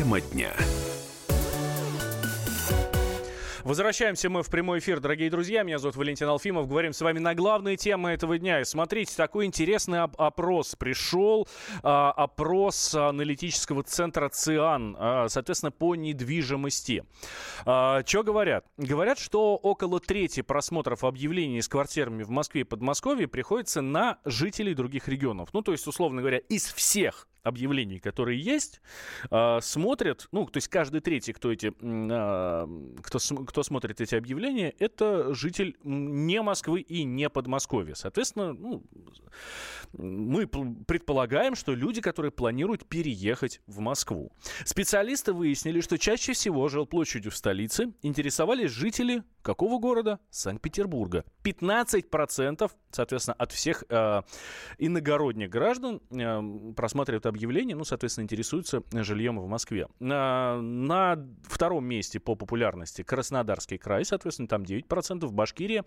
Тема дня. Возвращаемся мы в прямой эфир, дорогие друзья. Меня зовут Валентин Алфимов. Говорим с вами на главные темы этого дня. И смотрите, такой интересный опрос пришел. Опрос аналитического центра ЦИАН, соответственно, по недвижимости. Что говорят? Говорят, что около трети просмотров объявлений с квартирами в Москве и Подмосковье приходится на жителей других регионов. Ну, то есть, условно говоря, из всех объявлений, которые есть, смотрят, ну, то есть каждый третий, кто смотрит эти объявления, это житель не Москвы и не Подмосковья. Соответственно, мы предполагаем, что люди, которые планируют переехать в Москву. Специалисты выяснили, что чаще всего жилплощадью в столице интересовались жители какого города? Санкт-Петербурга. 15%, соответственно, от всех иногородних граждан просматривают объявления, соответственно, интересуются жильем в Москве. На втором месте по популярности Краснодарский край, соответственно, там 9%, Башкирия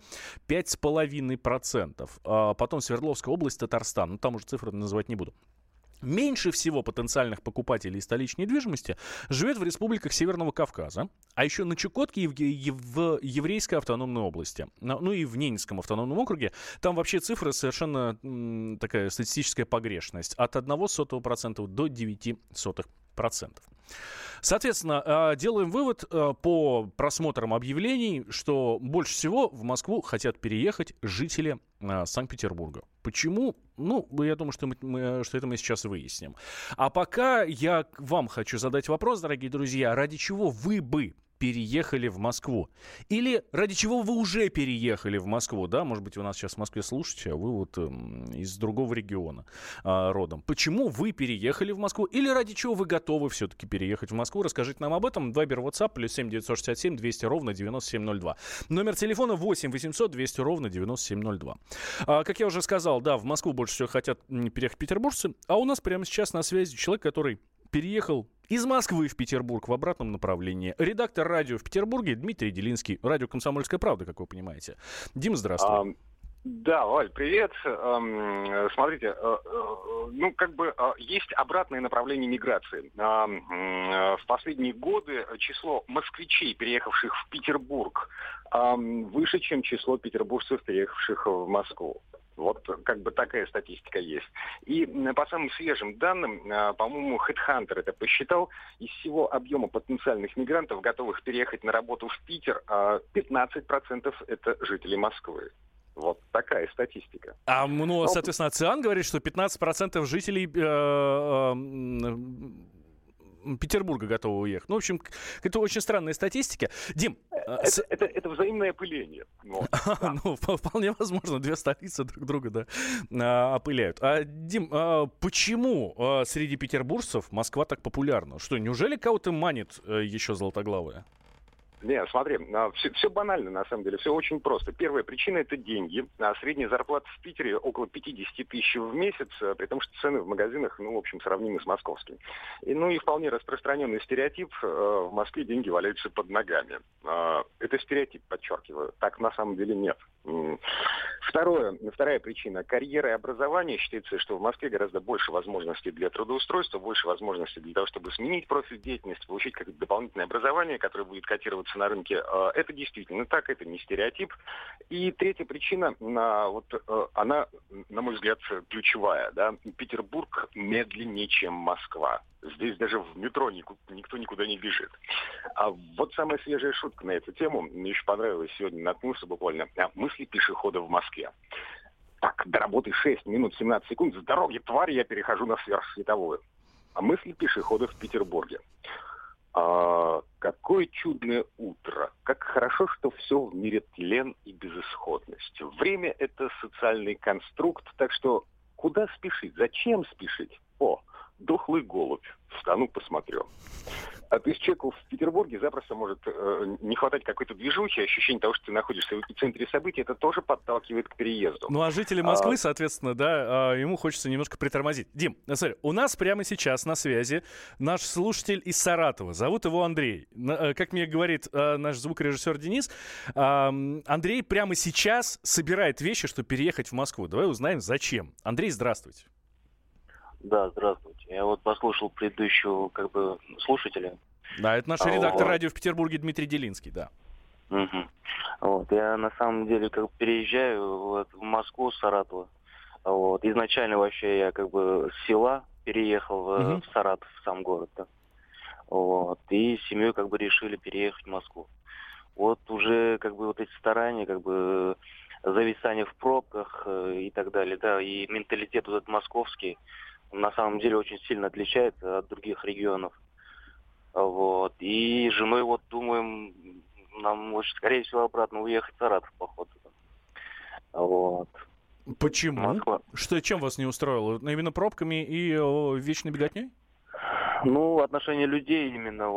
5,5%. Потом Свердловская область, Татарстан, там уже цифры называть не буду. Меньше всего потенциальных покупателей столичной недвижимости живет в республиках Северного Кавказа, а еще на Чукотке и в Еврейской автономной области. Ну и в Ненецком автономном округе. Там вообще цифра совершенно такая статистическая погрешность. От 0,01% до 0,09%. Соответственно, делаем вывод по просмотрам объявлений, что больше всего в Москву хотят переехать жители Санкт-Петербурга. Почему? Я думаю, что это мы сейчас выясним. А пока я вам хочу задать вопрос, дорогие друзья, ради чего вы бы переехали в Москву? Или ради чего вы уже переехали в Москву? Да, может быть, вы нас сейчас в Москве слушаете, а вы вот из другого региона родом. Почему вы переехали в Москву? Или ради чего вы готовы все-таки переехать в Москву? Расскажите нам об этом. Вайбер, WhatsApp, +7 967 200 ровно 9702. Номер телефона 8 800 200 ровно 9702. Как я уже сказал, да, в Москву больше всего хотят переехать петербуржцы. А у нас прямо сейчас на связи человек, который переехал из Москвы в Петербург в обратном направлении. Редактор радио в Петербурге Дмитрий Делинский. Радио «Комсомольская правда», как вы понимаете. Дим, здравствуй. Да, Валь, привет. Смотрите, есть обратное направление миграции. В последние годы число москвичей, переехавших в Петербург, выше, чем число петербуржцев, переехавших в Москву. Вот такая статистика есть. И по самым свежим данным, по-моему, HeadHunter это посчитал, из всего объема потенциальных мигрантов, готовых переехать на работу в Питер, 15% это жители Москвы. Вот такая статистика. Соответственно, ЦИАН говорит, что 15% жителей Петербурга готовы уехать. В общем, это очень странная статистика. Дим... Это взаимное опыление. Вполне возможно, две столицы друг друга опыляют. Дим, почему среди петербуржцев Москва так популярна? Что, неужели кого-то манит еще Золотоглавая? Нет, смотри, все банально, на самом деле, все очень просто. Первая причина – это деньги. Средняя зарплата в Питере около 50 тысяч в месяц, при том, что цены в магазинах, сравнимы с московскими. И вполне распространенный стереотип – в Москве деньги валяются под ногами. Это стереотип, подчеркиваю. Так на самом деле нет. Вторая причина – карьера и образование. Считается, что в Москве гораздо больше возможностей для трудоустройства, больше возможностей для того, чтобы сменить профиль деятельности, получить какое-то дополнительное образование, которое будет котироваться на рынке. Это действительно так, это не стереотип. И третья причина, она, на мой взгляд, ключевая. Да? Петербург медленнее, чем Москва. Здесь даже в метро никто никуда не бежит. А вот самая свежая шутка на эту тему. Мне еще понравилось, сегодня наткнулся буквально. Мысли пешехода в Москве. Так, до работы 6 минут 17 секунд. С дороги, тварь, я перехожу на сверхсветовую. А мысли пешехода в Петербурге. Какое чудное утро. Как хорошо, что все в мире тлен и безысходность. Время — это социальный конструкт, так что куда спешить? Зачем спешить? Дохлый голубь. Встану, посмотрю. А то есть человеку в Петербурге запросто может не хватать какой-то движухи, ощущение того, что ты находишься в эпицентре событий, это тоже подталкивает к переезду. А жители Москвы, соответственно, ему хочется немножко притормозить. Дим, смотри, у нас прямо сейчас на связи наш слушатель из Саратова. Зовут его Андрей. Как мне говорит наш звукорежиссер Денис, Андрей прямо сейчас собирает вещи, чтобы переехать в Москву. Давай узнаем, зачем. Андрей, здравствуйте. Да, здравствуйте. Я вот послушал предыдущего слушателя. Да, это наш редактор радио в Петербурге Дмитрий Делинский, да. Угу. Вот. Я на самом деле переезжаю в Москву с Саратова. Вот. Изначально вообще я с села переехал в Саратов, в сам город. Да. Вот. И с семьей решили переехать в Москву. Вот уже вот эти старания, зависание в пробках и так далее, да, и менталитет вот этот московский на самом деле очень сильно отличается от других регионов. Вот. И с женой думаем, нам лучше, скорее всего, обратно уехать в Саратов, походу. Вот. Почему? Москва. Чем вас не устроило? Именно пробками и вечной беготней? Отношение людей именно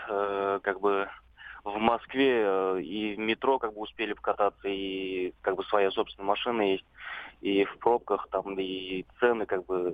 в Москве и в метро успели покататься, и своя собственная машина есть, и в пробках там, и цены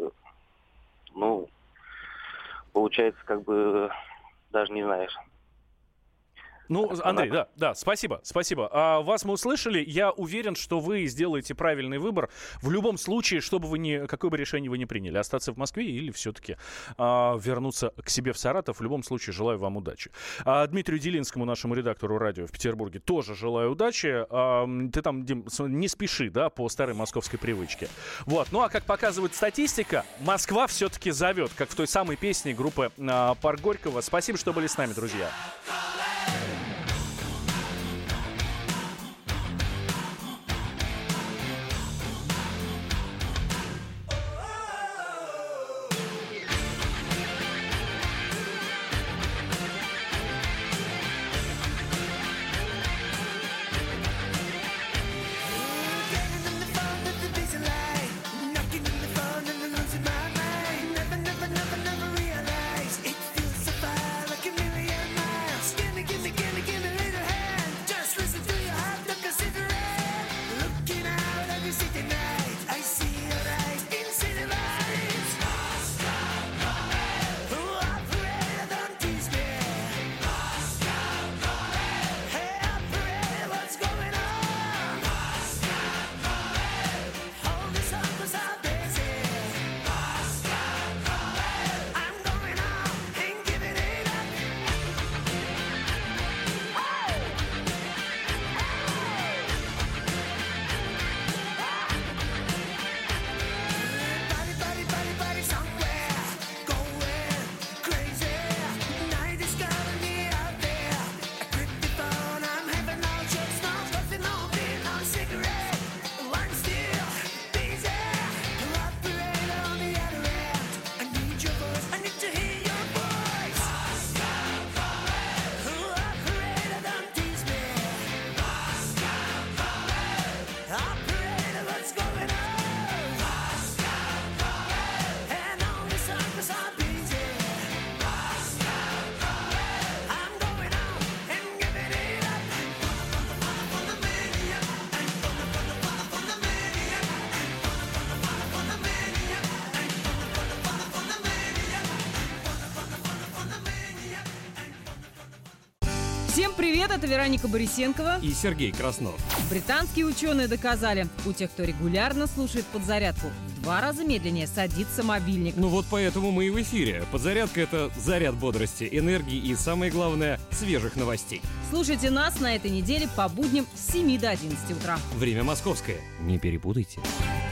получается даже не знаешь. Андрей, да, спасибо. Вас мы услышали. Я уверен, что вы сделаете правильный выбор. В любом случае, какое бы решение вы ни приняли, остаться в Москве или все-таки вернуться к себе в Саратов, в любом случае желаю вам удачи. Дмитрию Делинскому, нашему редактору радио в Петербурге, тоже желаю удачи. Ты там, Дим, не спеши, да, по старой московской привычке. Вот. А как показывает статистика, Москва все-таки зовет, как в той самой песне группы «Парк Горького». Спасибо, что были с нами, друзья. Всем привет, это Вероника Борисенкова и Сергей Краснов. Британские ученые доказали, у тех, кто регулярно слушает подзарядку, в 2 раза медленнее садится мобильник. Поэтому мы и в эфире. Подзарядка — это заряд бодрости, энергии и, самое главное, свежих новостей. Слушайте нас на этой неделе по будням с 7 до 11 утра. Время московское. Не перепутайте.